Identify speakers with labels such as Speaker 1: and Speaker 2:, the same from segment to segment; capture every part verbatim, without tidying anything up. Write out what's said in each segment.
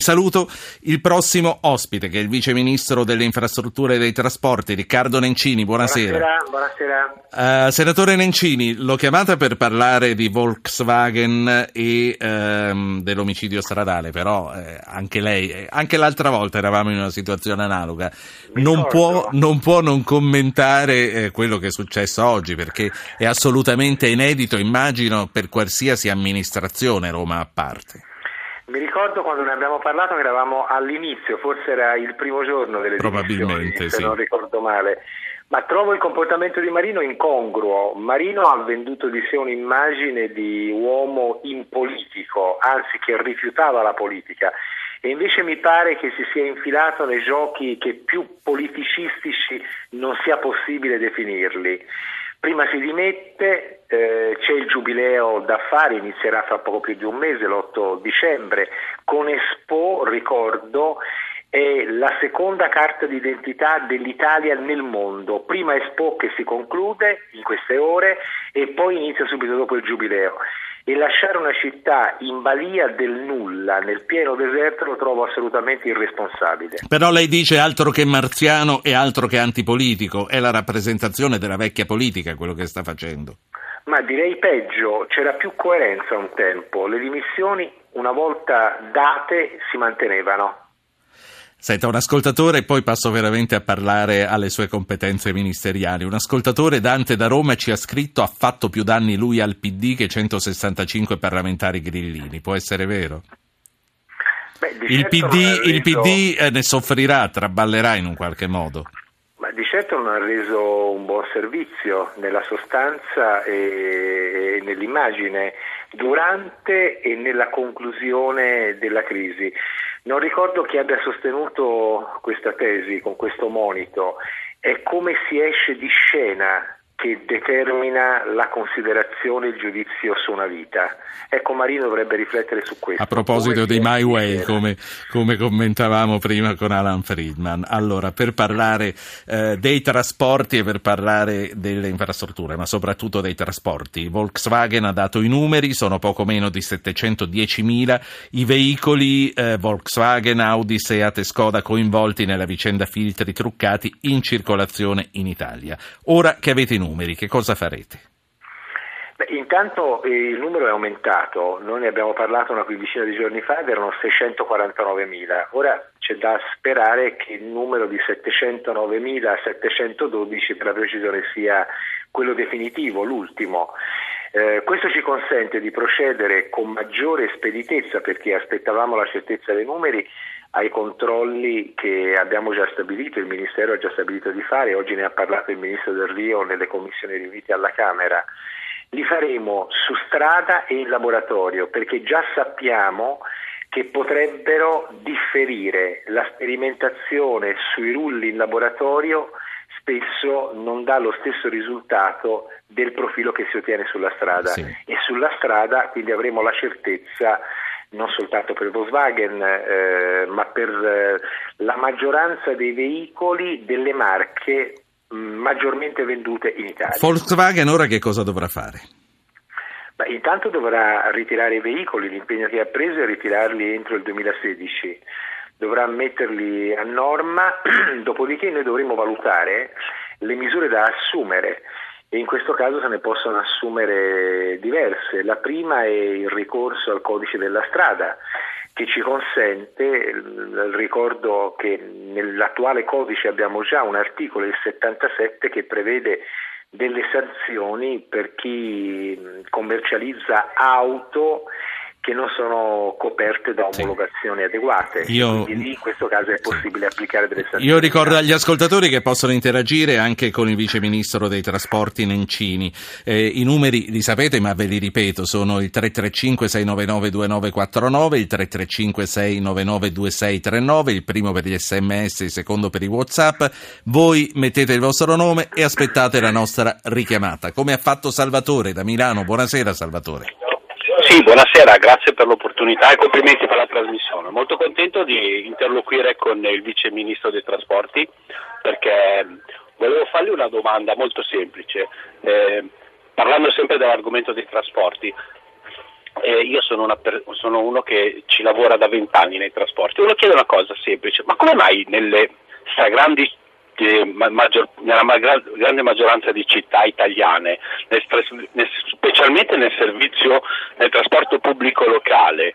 Speaker 1: Saluto il prossimo ospite, che è il Vice Ministro delle Infrastrutture e dei Trasporti, Riccardo Nencini. Buonasera.
Speaker 2: Buonasera. buonasera.
Speaker 1: Uh, senatore Nencini, l'ho chiamata per parlare di Volkswagen e uh, dell'omicidio stradale, però eh, anche lei, anche l'altra volta eravamo in una situazione analoga. Non può, non può non commentare eh, quello che è successo oggi, perché è assolutamente inedito, immagino, per qualsiasi amministrazione, Roma a parte.
Speaker 2: Mi ricordo quando ne abbiamo parlato che eravamo all'inizio, forse era il primo giorno delle
Speaker 1: Probabilmente,
Speaker 2: dimissioni, se
Speaker 1: sì.
Speaker 2: non ricordo male, ma trovo il comportamento di Marino incongruo. Marino ha venduto di sé un'immagine di uomo impolitico, anzi che rifiutava la politica, e invece mi pare che si sia infilato nei giochi che più politicistici non sia possibile definirli. Prima si dimette, eh, c'è il giubileo da fare, inizierà fra poco più di un mese, l'otto dicembre, con Expo, ricordo, è la seconda carta d'identità dell'Italia nel mondo. Prima Expo che si conclude in queste ore e poi inizia subito dopo il giubileo. E lasciare una città in balia del nulla, nel pieno deserto, lo trovo assolutamente irresponsabile.
Speaker 1: Però lei dice altro che marziano e altro che antipolitico, è la rappresentazione della vecchia politica quello che sta facendo.
Speaker 2: Ma direi peggio, c'era più coerenza un tempo, le dimissioni una volta date si mantenevano.
Speaker 1: Senta, un ascoltatore, e poi passo veramente a parlare alle sue competenze ministeriali. Un ascoltatore, Dante da Roma, ci ha scritto: ha fatto più danni lui al P D che centosessantacinque parlamentari grillini. Può essere vero?
Speaker 2: Beh, di
Speaker 1: il
Speaker 2: certo
Speaker 1: P D,
Speaker 2: reso...
Speaker 1: il P D eh, ne soffrirà, traballerà in un qualche modo.
Speaker 2: Ma di certo non ha reso un buon servizio nella sostanza e, e nell'immagine durante e nella conclusione della crisi. Non ricordo chi abbia sostenuto questa tesi con questo monito. È come si esce di scena che determina la considerazione e il giudizio su una vita. Ecco, Marino dovrebbe riflettere su questo.
Speaker 1: A proposito di My Way, come, come commentavamo prima con Alan Friedman. Allora, per parlare eh, dei trasporti e per parlare delle infrastrutture, ma soprattutto dei trasporti, Volkswagen ha dato i numeri, sono poco meno di settecentodiecimila i veicoli eh, Volkswagen, Audi, Seat e Skoda coinvolti nella vicenda filtri truccati in circolazione in Italia. Ora che avete i numeri, che cosa farete?
Speaker 2: Beh, intanto eh, il numero è aumentato, noi ne abbiamo parlato una quindicina di giorni fa ed erano seicentoquarantanovemila, ora c'è da sperare che il numero di settecentonovemilasettecentododici per la precisione sia quello definitivo, l'ultimo. Eh, questo ci consente di procedere con maggiore speditezza, perché aspettavamo la certezza dei numeri, ai controlli che abbiamo già stabilito, il Ministero ha già stabilito di fare, oggi ne ha parlato il Ministro Del Rio nelle commissioni riunite alla Camera. Li faremo su strada e in laboratorio, perché già sappiamo che potrebbero differire. La sperimentazione sui rulli in laboratorio spesso non dà lo stesso risultato del profilo che si ottiene sulla strada, sì. E sulla strada quindi avremo la certezza non soltanto per Volkswagen, eh, ma per eh, la maggioranza dei veicoli delle marche mh, maggiormente vendute in Italia.
Speaker 1: Volkswagen ora che cosa dovrà fare?
Speaker 2: Beh, intanto dovrà ritirare i veicoli, l'impegno che ha preso è ritirarli entro il duemilasedici, dovrà metterli a norma, dopodiché noi dovremo valutare le misure da assumere. E in questo caso se ne possono assumere diverse. La prima è il ricorso al codice della strada, che ci consente, ricordo che nell'attuale codice abbiamo già un articolo, il settantasette, che prevede delle sanzioni per chi commercializza auto che non sono coperte da omologazioni sì. adeguate.
Speaker 1: Io...
Speaker 2: Quindi lì in questo caso è possibile sì. applicare delle sanzioni.
Speaker 1: Io ricordo agli ascoltatori che possono interagire anche con il Vice Ministro dei Trasporti Nencini. Eh, I numeri li sapete, ma ve li ripeto, sono il tre tre cinque sei nove nove due nove quattro nove, il tre tre cinque sei nove nove due sei tre nove, il primo per gli sms, il secondo per i WhatsApp. Voi mettete il vostro nome e aspettate la nostra richiamata. Come ha fatto Salvatore da Milano. Buonasera Salvatore.
Speaker 3: Sì, buonasera, grazie per l'opportunità e complimenti per la trasmissione. Molto contento di interloquire con il Vice Ministro dei Trasporti, perché volevo fargli una domanda molto semplice, eh, parlando sempre dell'argomento dei trasporti. Eh, io sono, una per, sono uno che ci lavora da vent'anni nei trasporti. Volevo chiedere una cosa semplice: ma come mai nelle stragrandi eh, maggior, nella maggior, grande maggioranza di città italiane, nel, nel, specialmente nel servizio nel trasporto pubblico locale,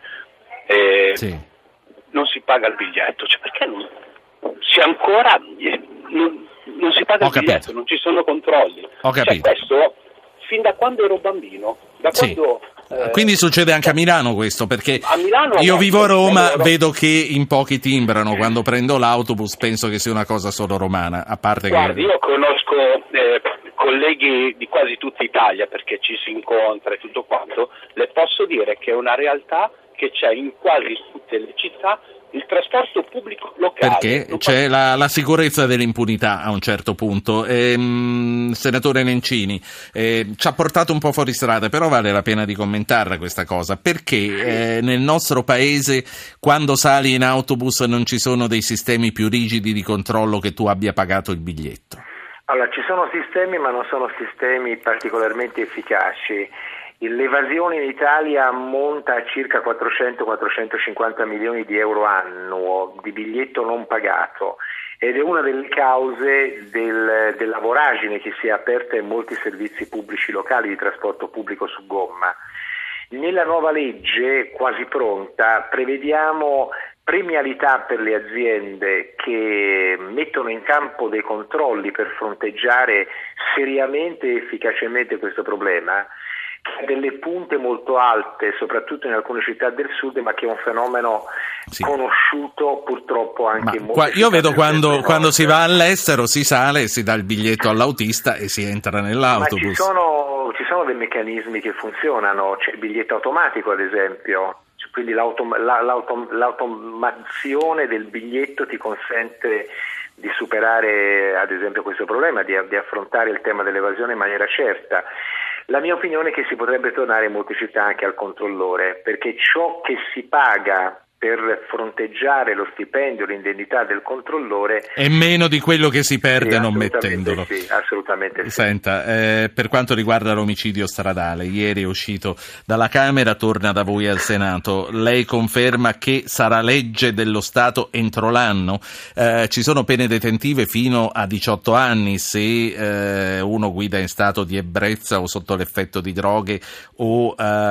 Speaker 3: eh, sì. non si paga il biglietto? Cioè, perché non si ancora eh, non, non si paga
Speaker 1: Ho
Speaker 3: il
Speaker 1: capito.
Speaker 3: biglietto, non ci sono controlli?
Speaker 1: Ho capito.
Speaker 3: Cioè, questo fin da quando ero bambino, da
Speaker 1: sì.
Speaker 3: quando Eh,
Speaker 1: Quindi succede anche a Milano questo, perché
Speaker 3: a Milano,
Speaker 1: io vivo a Roma,
Speaker 3: loro...
Speaker 1: vedo che in pochi timbrano, quando prendo l'autobus penso che sia una cosa solo romana, a parte
Speaker 3: Guardi,
Speaker 1: che...
Speaker 3: io conosco eh, colleghi di quasi tutta Italia, perché ci si incontra e tutto quanto, le posso dire che è una realtà che c'è in quasi tutte le città, il trasporto pubblico locale.
Speaker 1: Perché c'è la, la sicurezza dell'impunità a un certo punto. Ehm, senatore Nencini, eh, ci ha portato un po' fuori strada, però vale la pena di commentarla questa cosa. Perché eh, nel nostro paese, quando sali in autobus, non ci sono dei sistemi più rigidi di controllo che tu abbia pagato il biglietto?
Speaker 2: Allora, ci sono sistemi, ma non sono sistemi particolarmente efficaci. L'evasione in Italia ammonta a circa quattrocento quattrocentocinquanta milioni di euro annuo di biglietto non pagato ed è una delle cause del, della voragine che si è aperta in molti servizi pubblici locali di trasporto pubblico su gomma. Nella nuova legge, quasi pronta, prevediamo premialità per le aziende che mettono in campo dei controlli per fronteggiare seriamente e efficacemente questo problema, che ha delle punte molto alte, soprattutto in alcune città del sud, ma che è un fenomeno sì. conosciuto purtroppo anche ma in molte
Speaker 1: qua,
Speaker 2: città.
Speaker 1: Io vedo quando, quando si va all'estero, si sale, si dà il biglietto all'autista e si entra nell'autobus.
Speaker 2: Ma ci sono, ci sono dei meccanismi che funzionano, c'è il biglietto automatico ad esempio, quindi l'autom- la, l'autom- l'automazione del biglietto ti consente di superare ad esempio questo problema, di, di affrontare il tema dell'evasione in maniera certa. La mia opinione è che si potrebbe tornare in molte città anche al controllore, perché ciò che si paga per fronteggiare lo stipendio, l'indennità del controllore
Speaker 1: è meno di quello che si perde
Speaker 2: sì,
Speaker 1: non mettendolo.
Speaker 2: Sì, assolutamente sì.
Speaker 1: Senta, eh, per quanto riguarda l'omicidio stradale, ieri è uscito dalla Camera, torna da voi al Senato. Lei conferma che sarà legge dello Stato entro l'anno? Eh, ci sono pene detentive fino a diciotto anni se eh, uno guida in stato di ebbrezza o sotto l'effetto di droghe o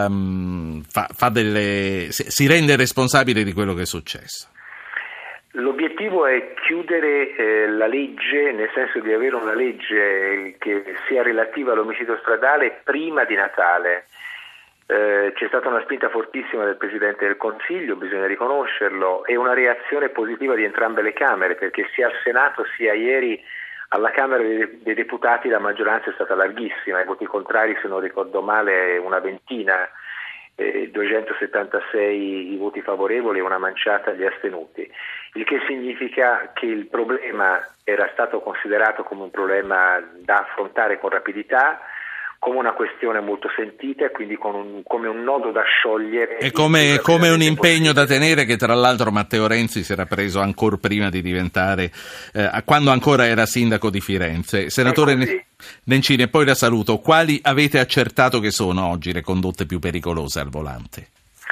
Speaker 1: um, fa, fa delle, si rende responsabile di quello che è successo.
Speaker 2: L'obiettivo è chiudere eh, la legge, nel senso di avere una legge che sia relativa all'omicidio stradale prima di Natale. Eh, c'è stata una spinta fortissima del Presidente del Consiglio, bisogna riconoscerlo, e una reazione positiva di entrambe le Camere, perché sia al Senato sia ieri alla Camera dei, dei Deputati la maggioranza è stata larghissima, i voti contrari, se non ricordo male, una ventina, Eh, duecentosettantasei i voti favorevoli e una manciata gli astenuti, il che significa che il problema era stato considerato come un problema da affrontare con rapidità, come una questione molto sentita e quindi con un, come un nodo da sciogliere.
Speaker 1: E come, come un impegno da tenere che tra l'altro Matteo Renzi si era preso ancora prima di diventare, eh, quando ancora era sindaco di Firenze. Senatore Nencini, e poi la saluto, quali avete accertato che sono oggi le condotte più pericolose al volante?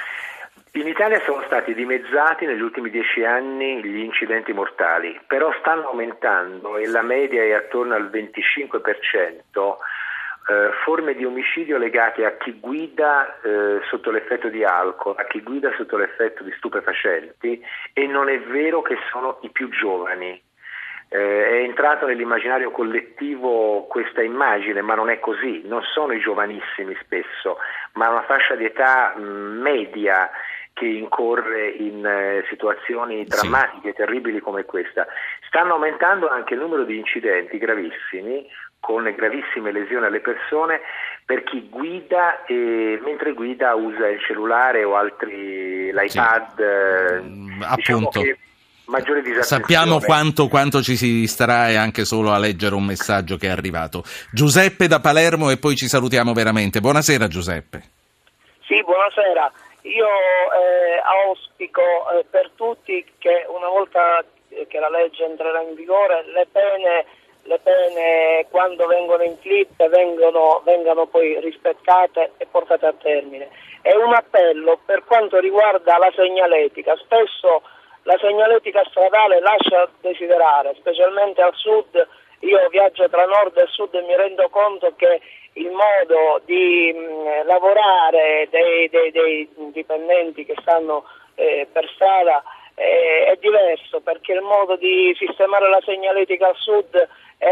Speaker 2: In Italia sono stati dimezzati negli ultimi dieci anni gli incidenti mortali, però stanno aumentando e la media è attorno al venticinque per cento. Eh, forme di omicidio legate a chi guida eh, sotto l'effetto di alcol, a chi guida sotto l'effetto di stupefacenti, e non è vero che sono i più giovani. Eh, è entrato nell'immaginario collettivo questa immagine, ma non è così, non sono i giovanissimi spesso, ma una fascia di età mh, media che incorre in eh, situazioni drammatiche, sì. terribili come questa. Stanno aumentando anche il numero di incidenti gravissimi, con gravissime lesioni alle persone, per chi guida e mentre guida usa il cellulare o altri, l'iPad, sì. eh, diciamo
Speaker 1: appunto.
Speaker 2: Che maggiore disattenzione.
Speaker 1: Sappiamo quanto, quanto ci si distrae anche solo a leggere un messaggio che è arrivato. Giuseppe da Palermo e poi ci salutiamo veramente. Buonasera Giuseppe.
Speaker 4: Sì, buonasera. Io eh, auspico eh, per tutti che una volta che la legge entrerà in vigore le pene le pene quando vengono inflitte vengono, vengano poi rispettate e portate a termine. È un appello per quanto riguarda la segnaletica. Spesso la segnaletica stradale lascia desiderare, specialmente al sud. Io viaggio tra nord e sud e mi rendo conto che il modo di mh, lavorare dei, dei, dei dipendenti che stanno eh, per strada eh, è diverso, perché il modo di sistemare la segnaletica al sud è,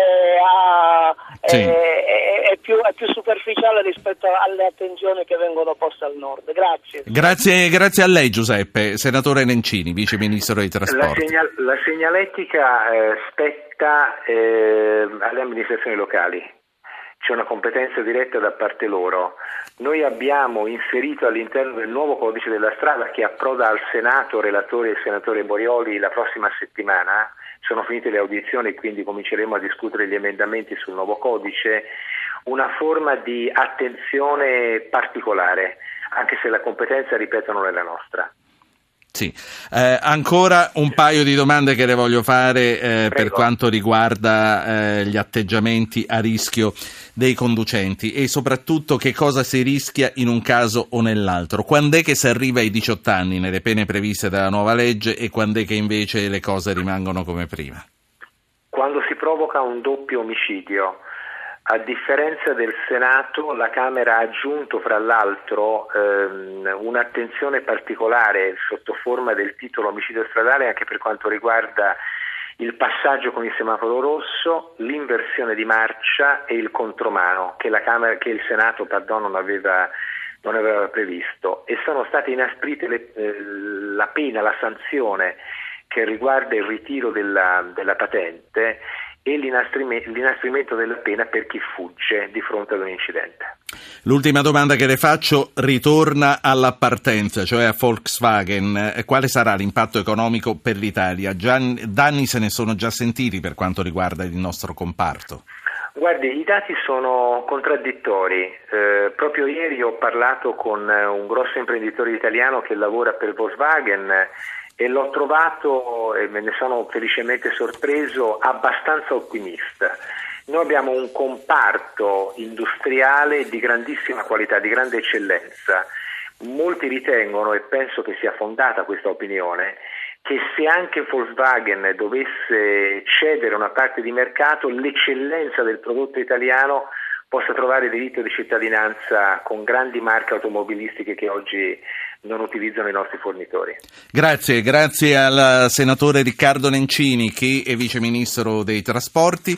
Speaker 4: a, sì. è, è, è, più, è più superficiale rispetto alle attenzioni che vengono poste al nord. Grazie.
Speaker 1: Grazie, grazie a lei Giuseppe. Senatore Nencini, Vice Ministro dei Trasporti.
Speaker 2: La, segnal- la segnaletica eh, spetta eh, alle amministrazioni locali. C'è una competenza diretta da parte loro. Noi abbiamo inserito all'interno del nuovo codice della strada, che approda al Senato, relatore il senatore Borioli, la prossima settimana. Sono finite le audizioni e quindi cominceremo a discutere gli emendamenti sul nuovo codice, una forma di attenzione particolare, anche se la competenza, ripeto, non è la nostra.
Speaker 1: Sì, eh, ancora un paio di domande che le voglio fare eh, per quanto riguarda eh, gli atteggiamenti a rischio dei conducenti e soprattutto che cosa si rischia in un caso o nell'altro. Quando è che si arriva ai diciotto anni nelle pene previste dalla nuova legge e quando è che invece le cose rimangono come prima?
Speaker 2: Quando si provoca un doppio omicidio. A differenza del Senato, la Camera ha aggiunto fra l'altro ehm, un'attenzione particolare sotto forma del titolo omicidio stradale anche per quanto riguarda il passaggio con il semaforo rosso, l'inversione di marcia e il contromano che, la Camera, che il Senato pardon, non aveva, non aveva previsto, e sono state inasprite le, eh, la pena, la sanzione che riguarda il ritiro della, della patente e l'inasprimento della pena per chi fugge di fronte ad un incidente.
Speaker 1: L'ultima domanda che le faccio ritorna alla partenza, cioè a Volkswagen. Quale sarà l'impatto economico per l'Italia? Già, danni se ne sono già sentiti per quanto riguarda il nostro comparto?
Speaker 2: Guardi, i dati sono contraddittori. Eh, proprio ieri ho parlato con un grosso imprenditore italiano che lavora per Volkswagen e l'ho trovato, e me ne sono felicemente sorpreso, abbastanza ottimista. Noi abbiamo un comparto industriale di grandissima qualità, di grande eccellenza. Molti ritengono, e penso che sia fondata questa opinione, che se anche Volkswagen dovesse cedere una parte di mercato, l'eccellenza del prodotto italiano possa trovare diritto di cittadinanza con grandi marche automobilistiche che oggi non utilizzano i nostri fornitori.
Speaker 1: Grazie, grazie al senatore Riccardo Nencini, che è Vice Ministro dei Trasporti.